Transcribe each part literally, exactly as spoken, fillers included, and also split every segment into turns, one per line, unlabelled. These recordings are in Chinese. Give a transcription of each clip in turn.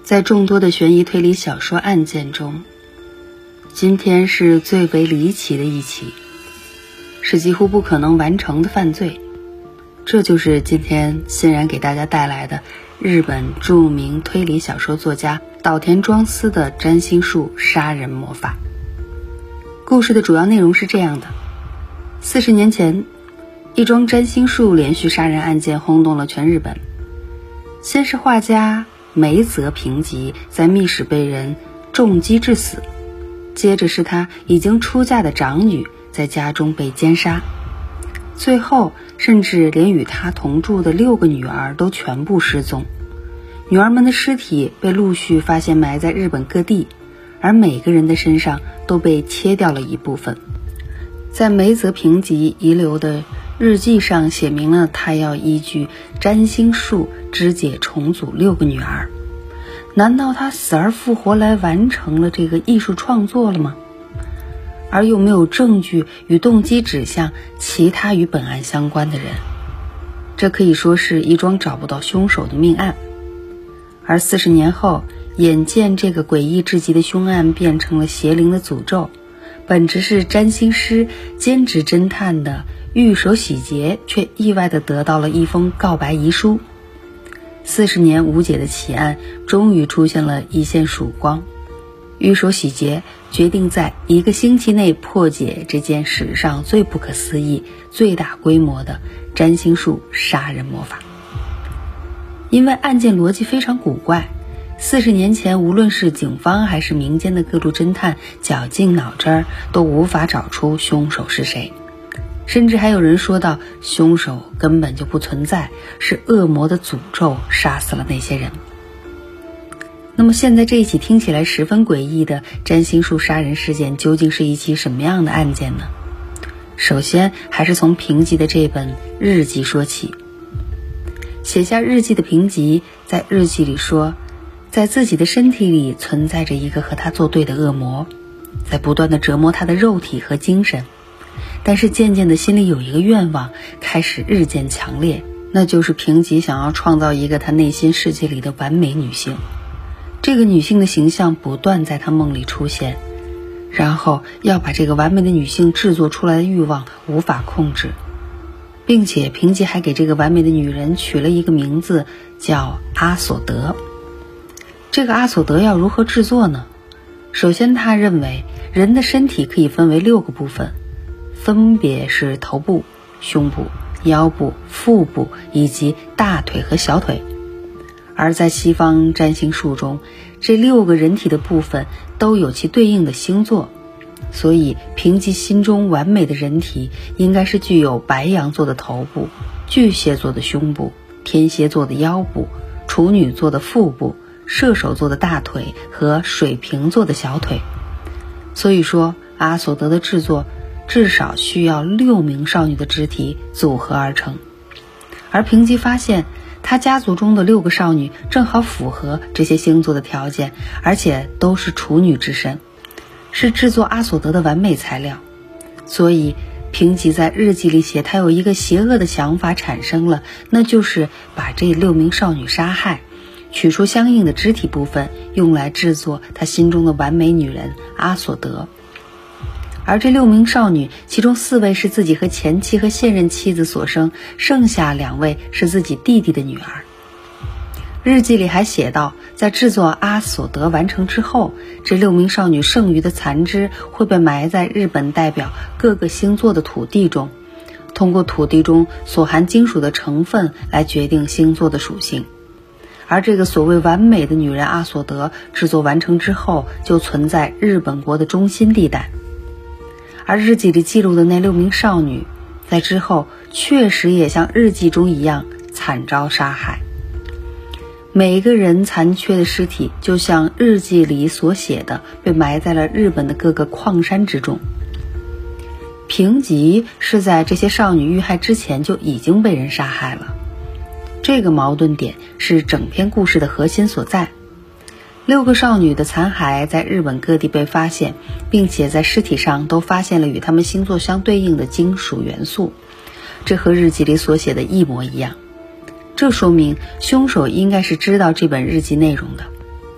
在众多的悬疑推理小说案件中，今天是最为离奇的一起，是几乎不可能完成的犯罪。这就是今天欣然给大家带来的日本著名推理小说作家岛田庄司的占星术杀人魔法。故事的主要内容是这样的：四十年前，一桩占星术连续杀人案件轰动了全日本。先是画家梅泽平吉在密室被人重击致死，接着是他已经出嫁的长女在家中被奸杀，最后甚至连与他同住的六个女儿都全部失踪。女儿们的尸体被陆续发现埋在日本各地，而每个人的身上都被切掉了一部分。在梅泽平吉遗留的日记上写明了他要依据占星术肢解重组六个女儿。难道他死而复活来完成了这个艺术创作了吗？而又没有证据与动机指向其他与本案相关的人，这可以说是一桩找不到凶手的命案。而四十年后，眼见这个诡异至极的凶案变成了邪灵的诅咒，本质是占星师兼职侦探的玉手洗洁却意外地得到了一封告白遗书。四十年无解的奇案终于出现了一线曙光，玉手洗洁决定在一个星期内破解这件史上最不可思议、最大规模的占星术杀人魔法。因为案件逻辑非常古怪，四十年前无论是警方还是民间的各路侦探绞尽脑汁儿都无法找出凶手是谁，甚至还有人说到凶手根本就不存在，是恶魔的诅咒杀死了那些人。那么现在这一起听起来十分诡异的占星术杀人事件究竟是一起什么样的案件呢？首先还是从平吉的这本日记说起。写下日记的平吉在日记里说，在自己的身体里存在着一个和他作对的恶魔，在不断地折磨他的肉体和精神。但是渐渐的心里有一个愿望开始日渐强烈，那就是平吉想要创造一个他内心世界里的完美女性。这个女性的形象不断在他梦里出现，然后要把这个完美的女性制作出来的欲望无法控制，并且平吉还给这个完美的女人取了一个名字，叫阿索德。这个阿索德要如何制作呢？首先他认为人的身体可以分为六个部分，分别是头部、胸部、腰部、腹部以及大腿和小腿。而在西方占星术中，这六个人体的部分都有其对应的星座，所以平吉心中完美的人体应该是具有白羊座的头部、巨蟹座的胸部、天蝎座的腰部、处女座的腹部、射手座的大腿和水瓶座的小腿。所以说阿索德的制作至少需要六名少女的肢体组合而成。而平吉发现他家族中的六个少女正好符合这些星座的条件，而且都是处女之身，是制作阿索德的完美材料。所以平吉在日记里写，他有一个邪恶的想法产生了，那就是把这六名少女杀害，取出相应的肢体部分，用来制作他心中的完美女人阿索德。而这六名少女，其中四位是自己和前妻和现任妻子所生，剩下两位是自己弟弟的女儿。日记里还写道，在制作阿索德完成之后，这六名少女剩余的残肢会被埋在日本代表各个星座的土地中，通过土地中所含金属的成分来决定星座的属性。而这个所谓完美的女人阿索德制作完成之后，就存在日本国的中心地带。而日记里记录的那六名少女，在之后确实也像日记中一样惨遭杀害。每个人残缺的尸体就像日记里所写的，被埋在了日本的各个矿山之中。平吉是在这些少女遇害之前就已经被人杀害了，这个矛盾点是整篇故事的核心所在。六个少女的残骸在日本各地被发现，并且在尸体上都发现了与她们星座相对应的金属元素，这和日记里所写的一模一样。这说明凶手应该是知道这本日记内容的。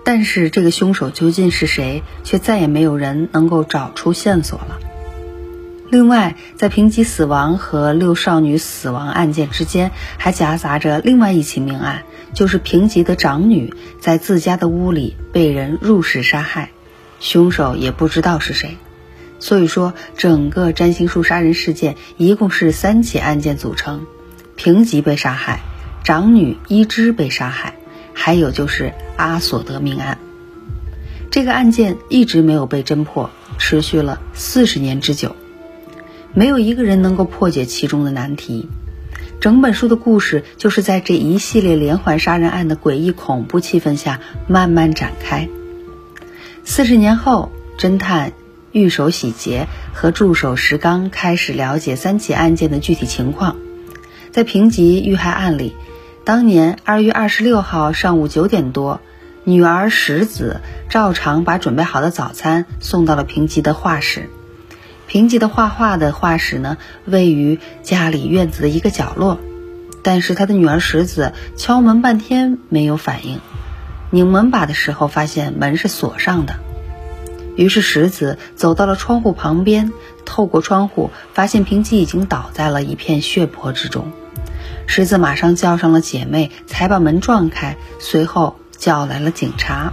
但是这个凶手究竟是谁，却再也没有人能够找出线索了。另外，在平吉死亡和六少女死亡案件之间，还夹杂着另外一起命案，就是平吉的长女在自家的屋里被人入室杀害，凶手也不知道是谁。所以说，整个占星术杀人事件一共是三起案件组成：平吉被杀害，长女伊织被杀害，还有就是阿索德命案。这个案件一直没有被侦破，持续了四十年之久，没有一个人能够破解其中的难题。整本书的故事就是在这一系列连环杀人案的诡异恐怖气氛下慢慢展开。四十年后，侦探御手洗洁和助手石刚开始了解三起案件的具体情况。在平吉遇害案里，当年二月二十六号上午九点多，女儿石子照常把准备好的早餐送到了平吉的画室。平吉的画画的画室呢，位于家里院子的一个角落，但是他的女儿石子敲门半天没有反应，拧门把的时候发现门是锁上的。于是石子走到了窗户旁边，透过窗户发现平吉已经倒在了一片血泊之中。石子马上叫上了姐妹，才把门撞开，随后叫来了警察。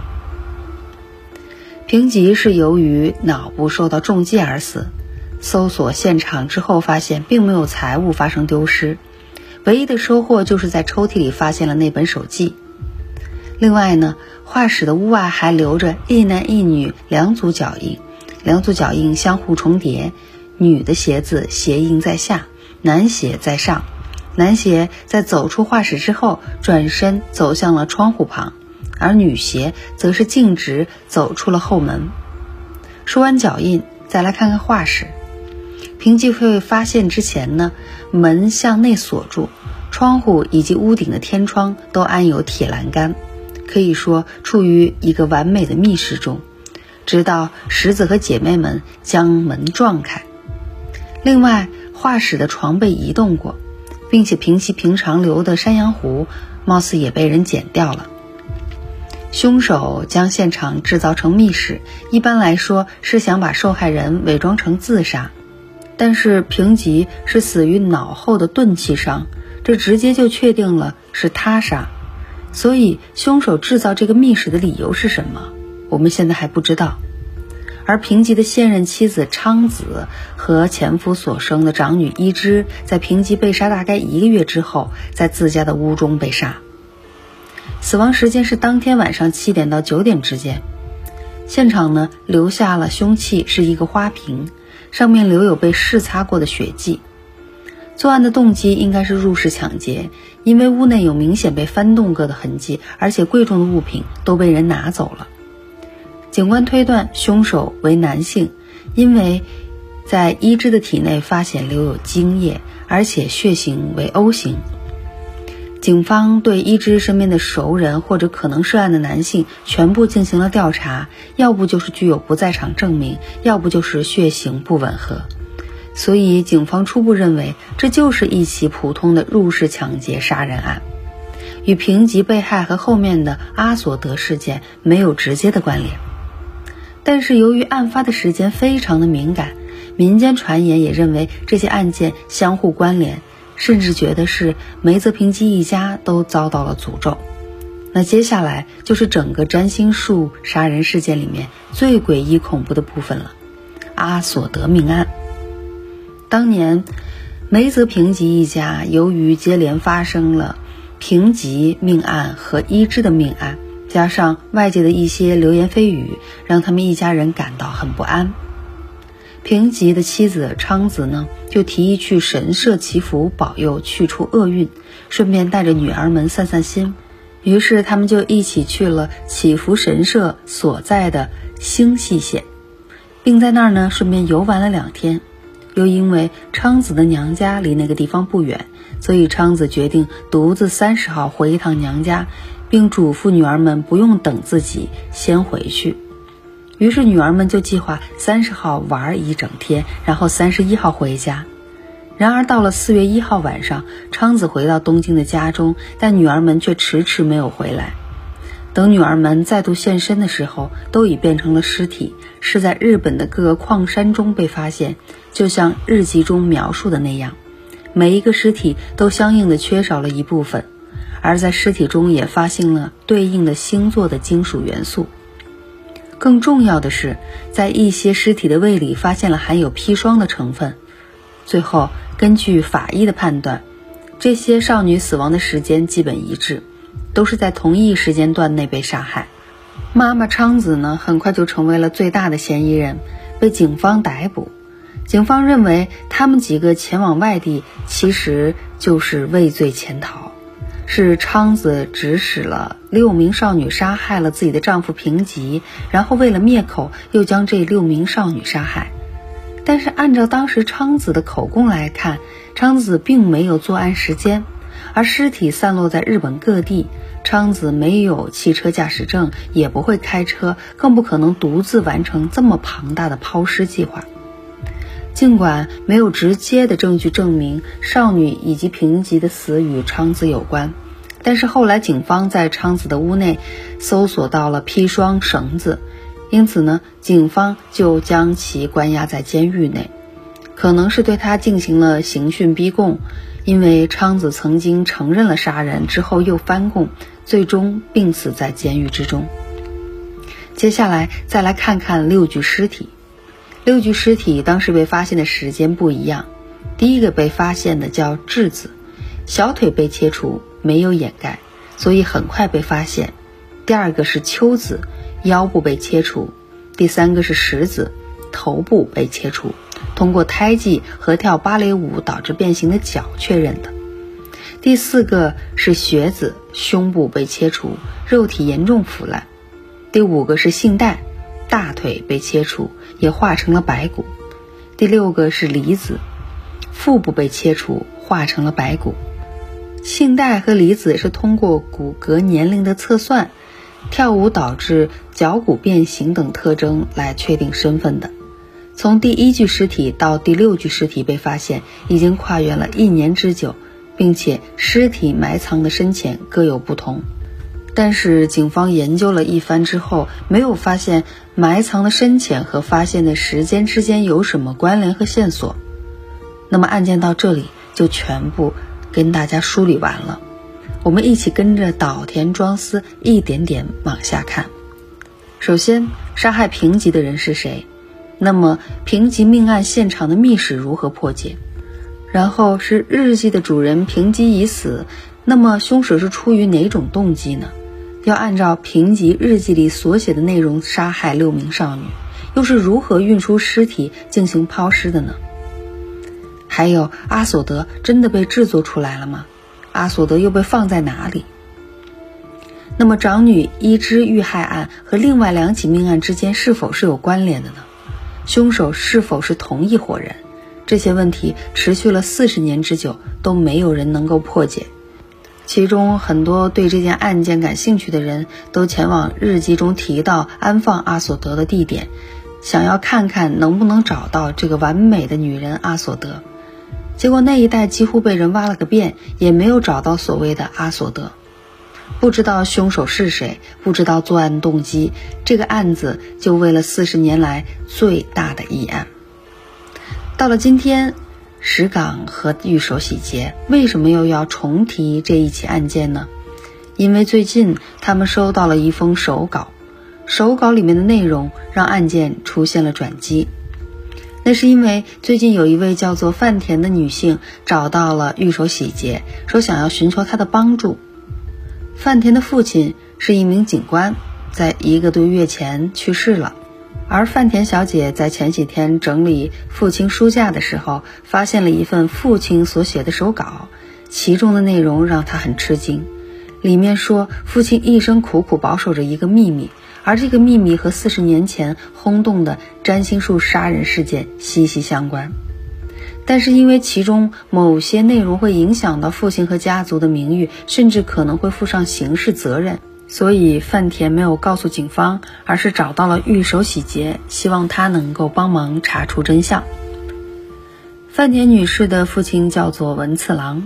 平吉是由于脑部受到重击而死，搜索现场之后发现并没有财物发生丢失，唯一的收获就是在抽屉里发现了那本手记。另外呢，画室的屋外还留着一男一女两组脚印，两组脚印相互重叠，女的鞋子鞋印在下，男鞋在上。男鞋在走出画室之后转身走向了窗户旁，而女鞋则是径直走出了后门。说完脚印，再来看看画室。平吉会发现之前呢，门向内锁住，窗户以及屋顶的天窗都安有铁栏杆，可以说处于一个完美的密室中，直到石子和姐妹们将门撞开。另外，画室的床被移动过，并且平吉平常留的山羊胡貌似也被人剪掉了。凶手将现场制造成密室，一般来说是想把受害人伪装成自杀，但是平吉是死于脑后的钝器伤，这直接就确定了是他杀。所以凶手制造这个密室的理由是什么，我们现在还不知道。而平吉的现任妻子昌子和前夫所生的长女伊织，在平吉被杀大概一个月之后，在自家的屋中被杀。死亡时间是当天晚上七点到九点之间。现场呢，留下了凶器是一个花瓶，上面留有被拭擦过的血迹。作案的动机应该是入室抢劫，因为屋内有明显被翻动过的痕迹，而且贵重的物品都被人拿走了。警官推断凶手为男性，因为在伊织的体内发现留有精液，而且血型为 O 型。警方对伊织身边的熟人或者可能涉案的男性全部进行了调查，要不就是具有不在场证明，要不就是血型不吻合。所以警方初步认为这就是一起普通的入室抢劫杀人案，与平吉被害和后面的阿索德事件没有直接的关联。但是由于案发的时间非常的敏感，民间传言也认为这些案件相互关联，甚至觉得是梅泽平吉一家都遭到了诅咒。那接下来就是整个占星术杀人事件里面最诡异恐怖的部分了，阿索德命案。当年梅泽平吉一家由于接连发生了平吉命案和伊织的命案，加上外界的一些流言蜚语，让他们一家人感到很不安。平吉的妻子昌子呢，就提议去神社祈福保佑去除厄运，顺便带着女儿们散散心。于是他们就一起去了祈福神社所在的星系县，并在那儿呢顺便游玩了两天。又因为昌子的娘家离那个地方不远，所以昌子决定独自三十号回一趟娘家，并嘱咐女儿们不用等自己，先回去。于是女儿们就计划三十号玩一整天，然后三十一号回家。然而到了四月一号晚上，昌子回到东京的家中，但女儿们却迟迟没有回来。 等女儿们再度现身的时候，都已变成了尸体，是在日本的各个矿山中被发现，就像日记中描述的那样，每一个尸体都相应的缺少了一部分，而在尸体中也发现了对应的星座的金属元素。更重要的是，在一些尸体的胃里发现了含有砒霜的成分。最后，根据法医的判断，这些少女死亡的时间基本一致，都是在同一时间段内被杀害。妈妈昌子呢，很快就成为了最大的嫌疑人，被警方逮捕。警方认为他们几个前往外地其实就是畏罪潜逃，是昌子指使了六名少女杀害了自己的丈夫平吉，然后为了灭口又将这六名少女杀害。但是按照当时昌子的口供来看，昌子并没有作案时间，而尸体散落在日本各地，昌子没有汽车驾驶证，也不会开车，更不可能独自完成这么庞大的抛尸计划。尽管没有直接的证据证明少女以及平吉的死与昌子有关，但是后来警方在昌子的屋内搜索到了砒霜绳子，因此呢，警方就将其关押在监狱内，可能是对他进行了刑讯逼供，因为昌子曾经承认了杀人，之后又翻供，最终病死在监狱之中。接下来再来看看六具尸体。六具尸体当时被发现的时间不一样，第一个被发现的叫智子，小腿被切除，没有掩盖，所以很快被发现。第二个是秋子，腰部被切除。第三个是石子，头部被切除，通过胎记和跳芭蕾舞导致变形的脚确认的。第四个是雪子，胸部被切除，肉体严重腐烂。第五个是信代，大腿被切除，也化成了白骨。第六个是离子，腹部被切除，化成了白骨。信代和离子是通过骨骼年龄的测算、跳舞导致脚骨变形等特征来确定身份的。从第一具尸体到第六具尸体被发现，已经跨越了一年之久，并且尸体埋藏的深浅各有不同。但是警方研究了一番之后，没有发现埋藏的深浅和发现的时间之间有什么关联和线索。那么案件到这里就全部跟大家梳理完了，我们一起跟着岛田庄司一点点往下看。首先，杀害平吉的人是谁？那么平吉命案现场的密室如何破解？然后是日记的主人平吉已死，那么凶手是出于哪种动机呢？要按照平吉日记里所写的内容杀害六名少女，又是如何运出尸体进行抛尸的呢？还有，阿索德真的被制作出来了吗？阿索德又被放在哪里？那么长女伊织遇害案和另外两起命案之间是否是有关联的呢？凶手是否是同一伙人？这些问题持续了四十年之久，都没有人能够破解。其中很多对这件案件感兴趣的人都前往日记中提到安放阿索德的地点，想要看看能不能找到这个完美的女人阿索德。结果那一带几乎被人挖了个遍，也没有找到所谓的阿索德。不知道凶手是谁，不知道作案动机，这个案子就为了四十年来最大的疑案。到了今天，石岗和御手洗劫为什么又要重提这一起案件呢？因为最近他们收到了一封手稿，手稿里面的内容让案件出现了转机。那是因为最近有一位叫做范田的女性找到了御手洗劫，说想要寻求她的帮助。范田的父亲是一名警官，在一个多月前去世了。而范田小姐在前几天整理父亲书架的时候，发现了一份父亲所写的手稿，其中的内容让她很吃惊。里面说父亲一生苦苦保守着一个秘密，而这个秘密和四十年前轰动的占星术杀人事件息息相关。但是因为其中某些内容会影响到父亲和家族的名誉，甚至可能会负上刑事责任，所以范田没有告诉警方，而是找到了御手洗劫，希望他能够帮忙查出真相。范田女士的父亲叫做文次郎，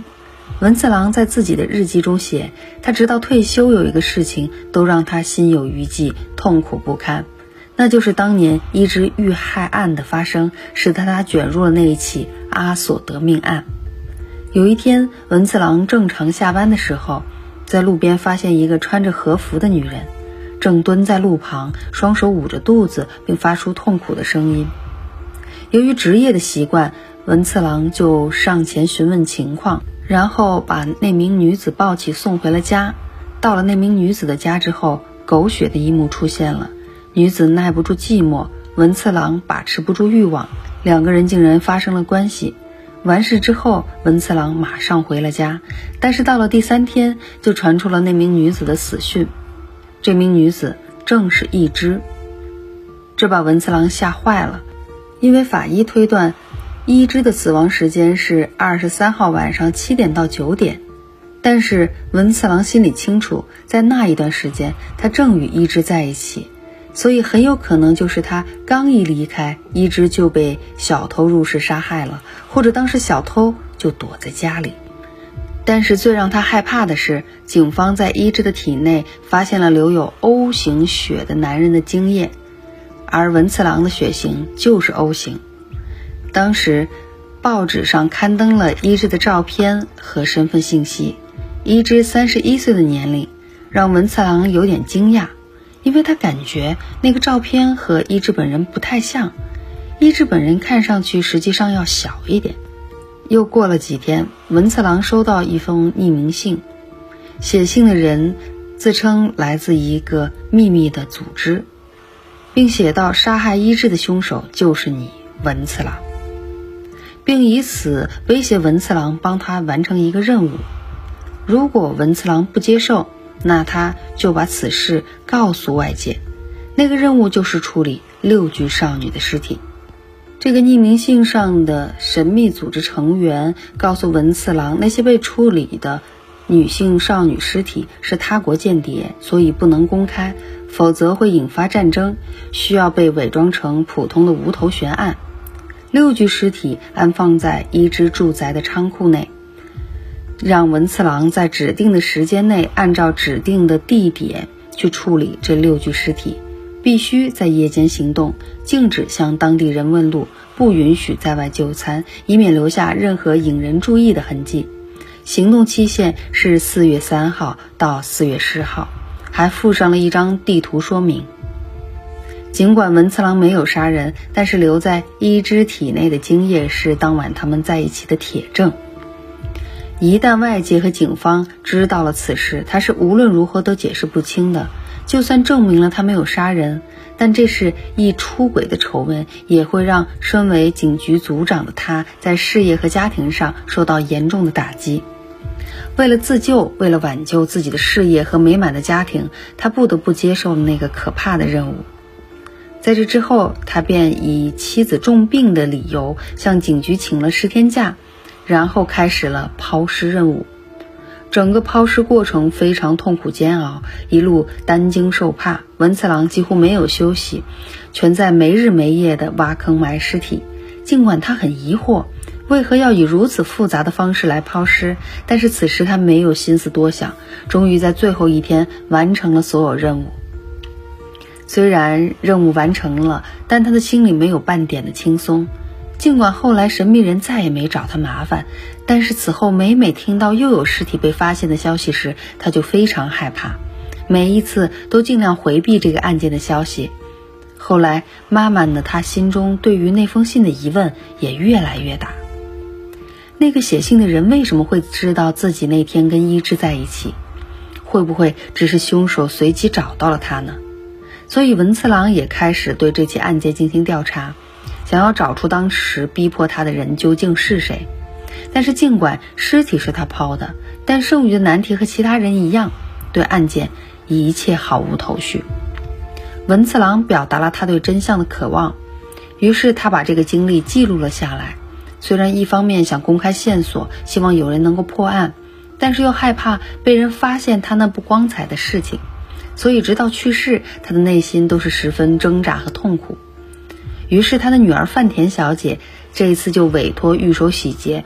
文次郎在自己的日记中写，他直到退休有一个事情都让他心有余悸，痛苦不堪，那就是当年伊织遇害案的发生，使得他卷入了那一起阿索德命案。有一天，文次郎正常下班的时候，在路边发现一个穿着和服的女人，正蹲在路旁，双手捂着肚子，并发出痛苦的声音。由于职业的习惯，文次郎就上前询问情况，然后把那名女子抱起送回了家。到了那名女子的家之后，狗血的一幕出现了。女子耐不住寂寞，文次郎把持不住欲望，两个人竟然发生了关系。完事之后，文次郎马上回了家，但是到了第三天，就传出了那名女子的死讯。这名女子正是伊织，这把文次郎吓坏了，因为法医推断伊织的死亡时间是二十三号晚上七点到九点，但是文次郎心里清楚，在那一段时间他正与伊织在一起，所以很有可能就是他刚一离开，伊织就被小偷入室杀害了，或者当时小偷就躲在家里。但是最让他害怕的是，警方在伊织的体内发现了留有 O 型血的男人的精液，而文次郎的血型就是 O 型。当时报纸上刊登了伊织的照片和身份信息，伊织三十一岁的年龄让文次郎有点惊讶，因为他感觉那个照片和伊织本人不太像，伊织本人看上去实际上要小一点。又过了几天，文次郎收到一封匿名信，写信的人自称来自一个秘密的组织，并写道杀害伊织的凶手就是你，文次郎，并以此威胁文次郎帮他完成一个任务。如果文次郎不接受，那他就把此事告诉外界。那个任务就是处理六具少女的尸体。这个匿名信上的神秘组织成员告诉文次郎，那些被处理的女性少女尸体是他国间谍，所以不能公开，否则会引发战争，需要被伪装成普通的无头悬案。六具尸体安放在伊织住宅的仓库内，让文次郎在指定的时间内按照指定的地点去处理这六具尸体，必须在夜间行动，禁止向当地人问路，不允许在外就餐，以免留下任何引人注意的痕迹。行动期限是四月三号到四月十号，还附上了一张地图说明。尽管文次郎没有杀人，但是留在伊织体内的精液是当晚他们在一起的铁证。一旦外界和警方知道了此事，他是无论如何都解释不清的。就算证明了他没有杀人，但这是一出轨的丑闻，也会让身为警局组长的他在事业和家庭上受到严重的打击。为了自救，为了挽救自己的事业和美满的家庭，他不得不接受了那个可怕的任务。在这之后，他便以妻子重病的理由向警局请了十天假，然后开始了抛尸任务。整个抛尸过程非常痛苦煎熬，一路担惊受怕，文次郎几乎没有休息，全在没日没夜地挖坑埋尸体。尽管他很疑惑，为何要以如此复杂的方式来抛尸，但是此时他没有心思多想，终于在最后一天完成了所有任务。虽然任务完成了，但他的心里没有半点的轻松。尽管后来神秘人再也没找他麻烦，但是此后每每听到又有尸体被发现的消息时，他就非常害怕，每一次都尽量回避这个案件的消息。后来慢慢的，他心中对于那封信的疑问也越来越大。那个写信的人为什么会知道自己那天跟伊织在一起？会不会只是凶手随机找到了他呢？所以文次郎也开始对这起案件进行调查，想要找出当时逼迫他的人究竟是谁。但是尽管尸体是他抛的，但剩余的难题和其他人一样，对案件一切毫无头绪。文次郎表达了他对真相的渴望，于是他把这个经历记录了下来。虽然一方面想公开线索，希望有人能够破案，但是又害怕被人发现他那不光彩的事情，所以直到去世，他的内心都是十分挣扎和痛苦。于是他的女儿范田小姐这一次就委托御手洗洁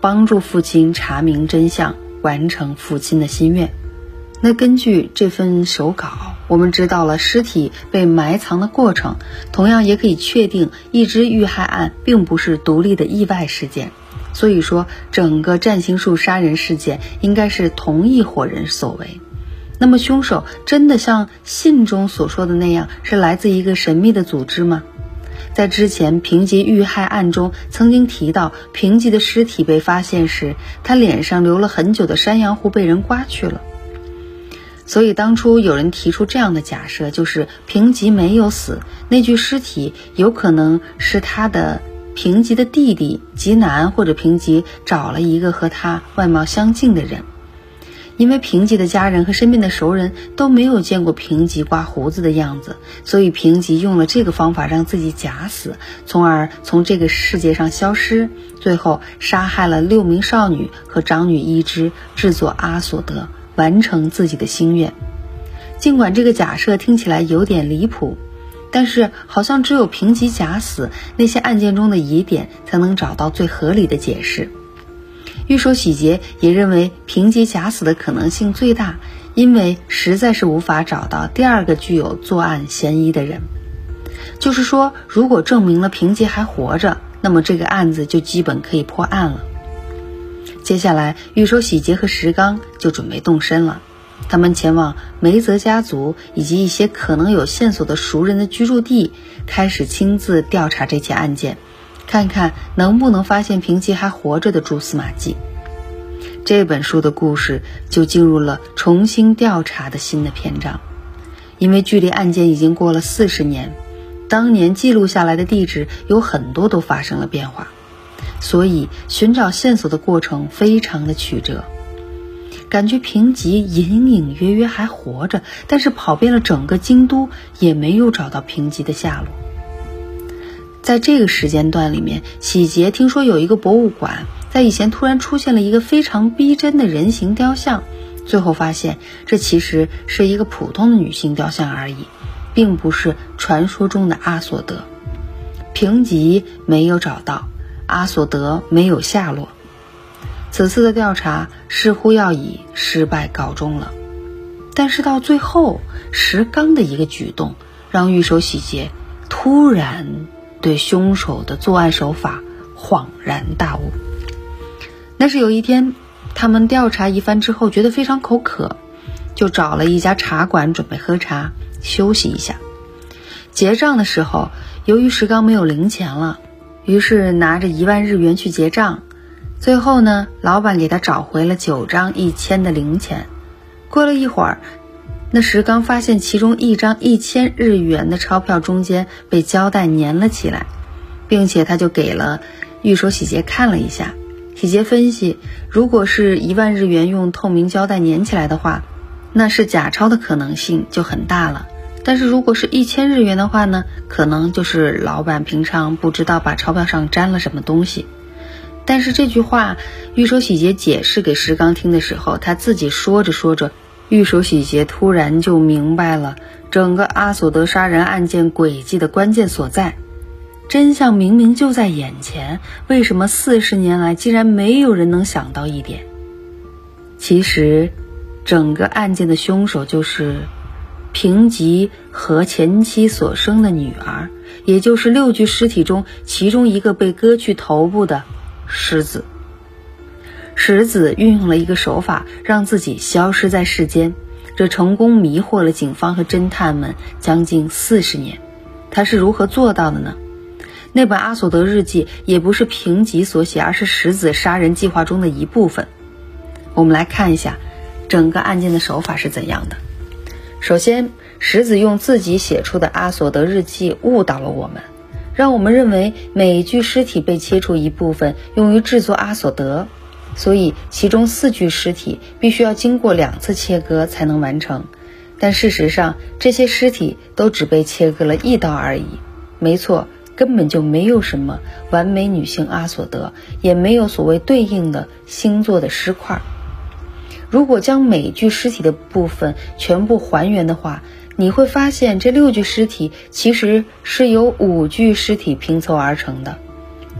帮助父亲查明真相，完成父亲的心愿。那根据这份手稿，我们知道了尸体被埋藏的过程，同样也可以确定一枝遇害案并不是独立的意外事件。所以说，整个占星术杀人事件应该是同一伙人所为。那么凶手真的像信中所说的那样，是来自一个神秘的组织吗？在之前平吉遇害案中曾经提到，平吉的尸体被发现时，他脸上留了很久的山羊胡被人刮去了。所以当初有人提出这样的假设，就是平吉没有死，那具尸体有可能是他的平吉的弟弟吉南，或者平吉找了一个和他外貌相近的人。因为平吉的家人和身边的熟人都没有见过平吉刮胡子的样子，所以平吉用了这个方法让自己假死，从而从这个世界上消失，最后杀害了六名少女和长女一枝，制作阿索德，完成自己的心愿。尽管这个假设听起来有点离谱，但是好像只有平吉假死，那些案件中的疑点才能找到最合理的解释。御手洗劫也认为平吉假死的可能性最大，因为实在是无法找到第二个具有作案嫌疑的人。就是说，如果证明了平吉还活着，那么这个案子就基本可以破案了。接下来，御手洗劫和石刚就准备动身了。他们前往梅泽家族以及一些可能有线索的熟人的居住地，开始亲自调查这起案件，看看能不能发现平吉还活着的蛛丝马迹。这本书的故事就进入了重新调查的新的篇章。因为距离案件已经过了四十年，当年记录下来的地址有很多都发生了变化，所以寻找线索的过程非常的曲折。感觉平吉隐隐约约还活着，但是跑遍了整个京都也没有找到平吉的下落。在这个时间段里面，喜杰听说有一个博物馆在以前突然出现了一个非常逼真的人形雕像，最后发现这其实是一个普通的女性雕像而已，并不是传说中的阿索德。平吉没有找到，阿索德没有下落，此次的调查似乎要以失败告终了。但是到最后，石刚的一个举动让御手洗劫突然对凶手的作案手法恍然大悟。那是有一天，他们调查一番之后觉得非常口渴，就找了一家茶馆准备喝茶休息一下。结账的时候，由于石刚没有零钱了，于是拿着一万日元去结账。最后呢，老板给他找回了九张一千的零钱。过了一会儿，那石刚发现其中一张一千日元的钞票中间被胶带粘了起来，并且他就给了御手洗劫看了一下。洗劫分析，如果是一万日元用透明胶带粘起来的话，那是假钞的可能性就很大了。但是如果是一千日元的话呢，可能就是老板平常不知道把钞票上粘了什么东西。但是这句话御手洗劫解释给石刚听的时候，他自己说着说着，御手洗劫突然就明白了整个阿索德杀人案件轨迹的关键所在。真相明明就在眼前，为什么四十年来竟然没有人能想到一点？其实整个案件的凶手就是平吉和前妻所生的女儿，也就是六具尸体中其中一个被割去头部的石子。石子运用了一个手法让自己消失在世间，这成功迷惑了警方和侦探们将近四十年。他是如何做到的呢？那本阿索德日记也不是平吉所写，而是石子杀人计划中的一部分。我们来看一下整个案件的手法是怎样的。首先，石子用自己写出的阿索德日记误导了我们，让我们认为每具尸体被切出一部分用于制作阿索德，所以其中四具尸体必须要经过两次切割才能完成。但事实上，这些尸体都只被切割了一刀而已。没错，根本就没有什么完美女性阿索德，也没有所谓对应的星座的尸块。如果将每具尸体的部分全部还原的话，你会发现这六具尸体其实是由五具尸体拼凑而成的。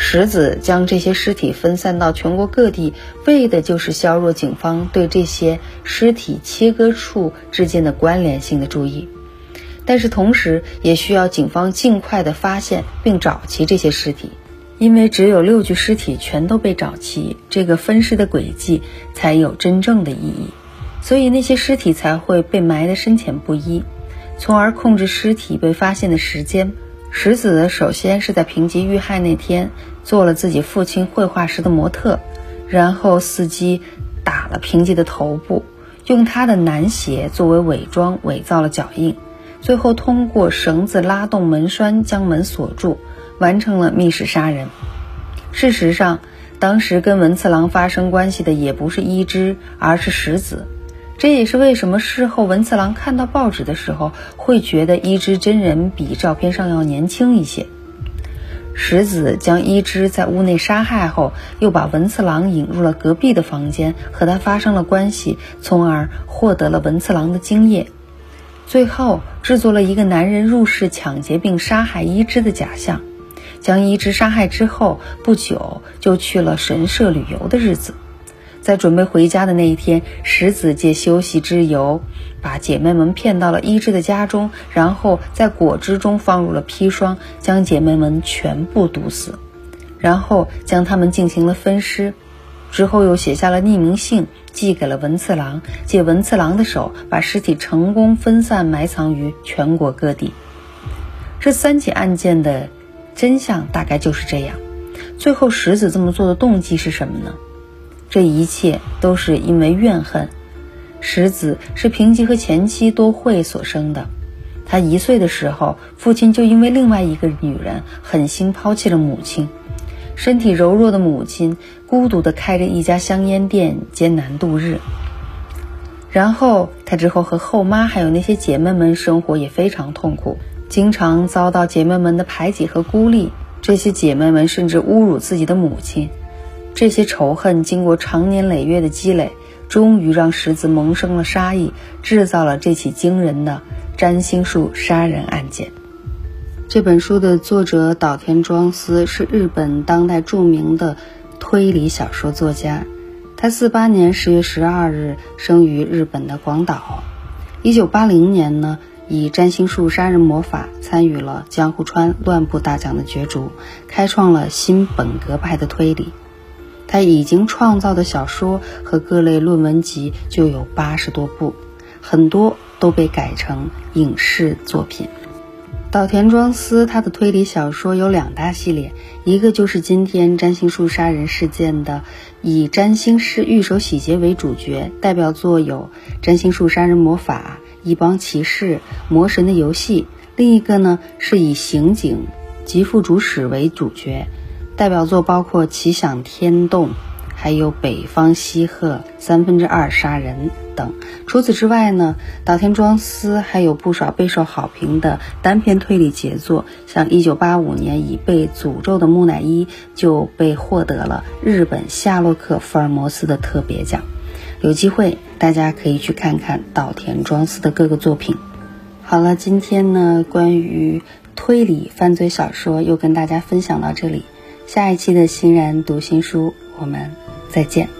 石子将这些尸体分散到全国各地，为的就是削弱警方对这些尸体切割处之间的关联性的注意，但是同时也需要警方尽快的发现并找齐这些尸体，因为只有六具尸体全都被找齐，这个分尸的轨迹才有真正的意义，所以那些尸体才会被埋得深浅不一，从而控制尸体被发现的时间。石子首先是在平吉遇害那天做了自己父亲绘画时的模特，然后伺机打了平吉的头部，用他的男鞋作为伪装伪造了脚印，最后通过绳子拉动门栓将门锁住，完成了密室杀人。事实上，当时跟文次郎发生关系的也不是伊织，而是石子。这也是为什么事后文次郎看到报纸的时候会觉得伊织真人比照片上要年轻一些。石子将伊织在屋内杀害后，又把文次郎引入了隔壁的房间，和他发生了关系，从而获得了文次郎的精液。最后制作了一个男人入室抢劫并杀害伊织的假象，将伊织杀害之后不久就去了神社旅游的日子。在准备回家的那一天，石子借休息之由把姐妹们骗到了伊织的家中，然后在果汁中放入了砒霜，将姐妹们全部毒死，然后将她们进行了分尸，之后又写下了匿名信寄给了文次郎，借文次郎的手把尸体成功分散埋藏于全国各地。这三起案件的真相大概就是这样。最后石子这么做的动机是什么呢？这一切都是因为怨恨。石子是平吉和前妻多惠所生的，他一岁的时候，父亲就因为另外一个女人狠心抛弃了母亲，身体柔弱的母亲孤独地开着一家香烟店艰难度日。然后他之后和后妈还有那些姐妹们生活也非常痛苦，经常遭到姐妹们的排挤和孤立，这些姐妹们甚至侮辱自己的母亲。这些仇恨经过长年累月的积累，终于让石子萌生了杀意，制造了这起惊人的占星术杀人案件。这本书的作者岛田庄司是日本当代著名的推理小说作家，他四八年十月十二日生于日本的广岛。一九八零年呢，以占星术杀人魔法参与了江户川乱步大奖的角逐，开创了新本格派的推理。他已经创造的小说和各类论文集就有八十多部，很多都被改成影视作品。岛田庄司他的推理小说有两大系列，一个就是今天占星术杀人事件的以占星师御手洗洁为主角，代表作有占星术杀人魔法、一帮骑士、魔神的游戏。另一个呢是以刑警吉富主使为主角，代表作包括奇想天动，还有北方西鹤、三分之二杀人等。除此之外呢，岛田庄司还有不少备受好评的单篇推理杰作，像一九八五年以被诅咒的木乃伊就被获得了日本夏洛克福尔摩斯的特别奖。有机会大家可以去看看岛田庄司的各个作品。好了，今天呢关于推理犯罪小说又跟大家分享到这里，下一期的欣然读新书我们再见。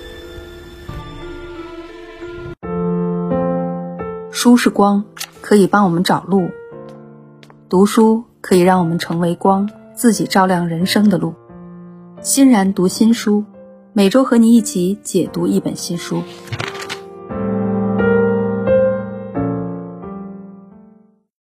书是光，可以帮我们找路，读书可以让我们成为光，自己照亮人生的路。欣然读新书，每周和你一起解读一本新书。